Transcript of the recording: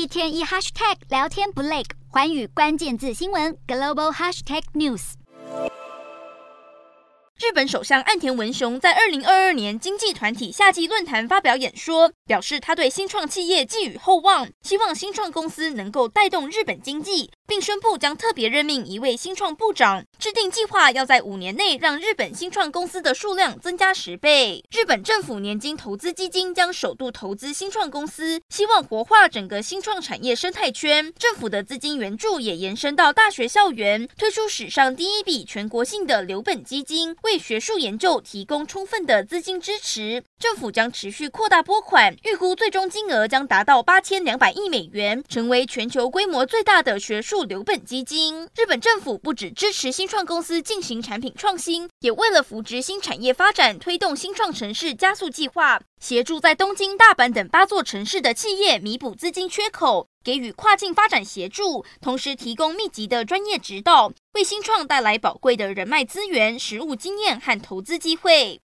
天一 hashtag 聊天不累，寰宇关键字新闻 global hashtag news。 日本首相岸田文雄在2022年经济团体夏季论坛发表演说，表示他对新创企业寄予厚望，希望新创公司能够带动日本经济，并宣布将特别任命一位新创部长，制定计划要在5年内让日本新创公司的数量增加10倍。日本政府年金投资基金将首度投资新创公司，希望活化整个新创产业生态圈。政府的资金援助也延伸到大学校园，推出史上第一笔全国性的留本基金，为学术研究提供充分的资金支持。政府将持续扩大拨款，预估最终金额将达到8200亿美元，成为全球规模最大的学术留本基金。日本政府不只支持新创公司进行产品创新，也为了扶植新产业发展，推动新创城市加速计划，协助在东京、大阪等8座城市的企业弥补资金缺口，给予跨境发展协助，同时提供密集的专业指导，为新创带来宝贵的人脉资源、实务经验和投资机会。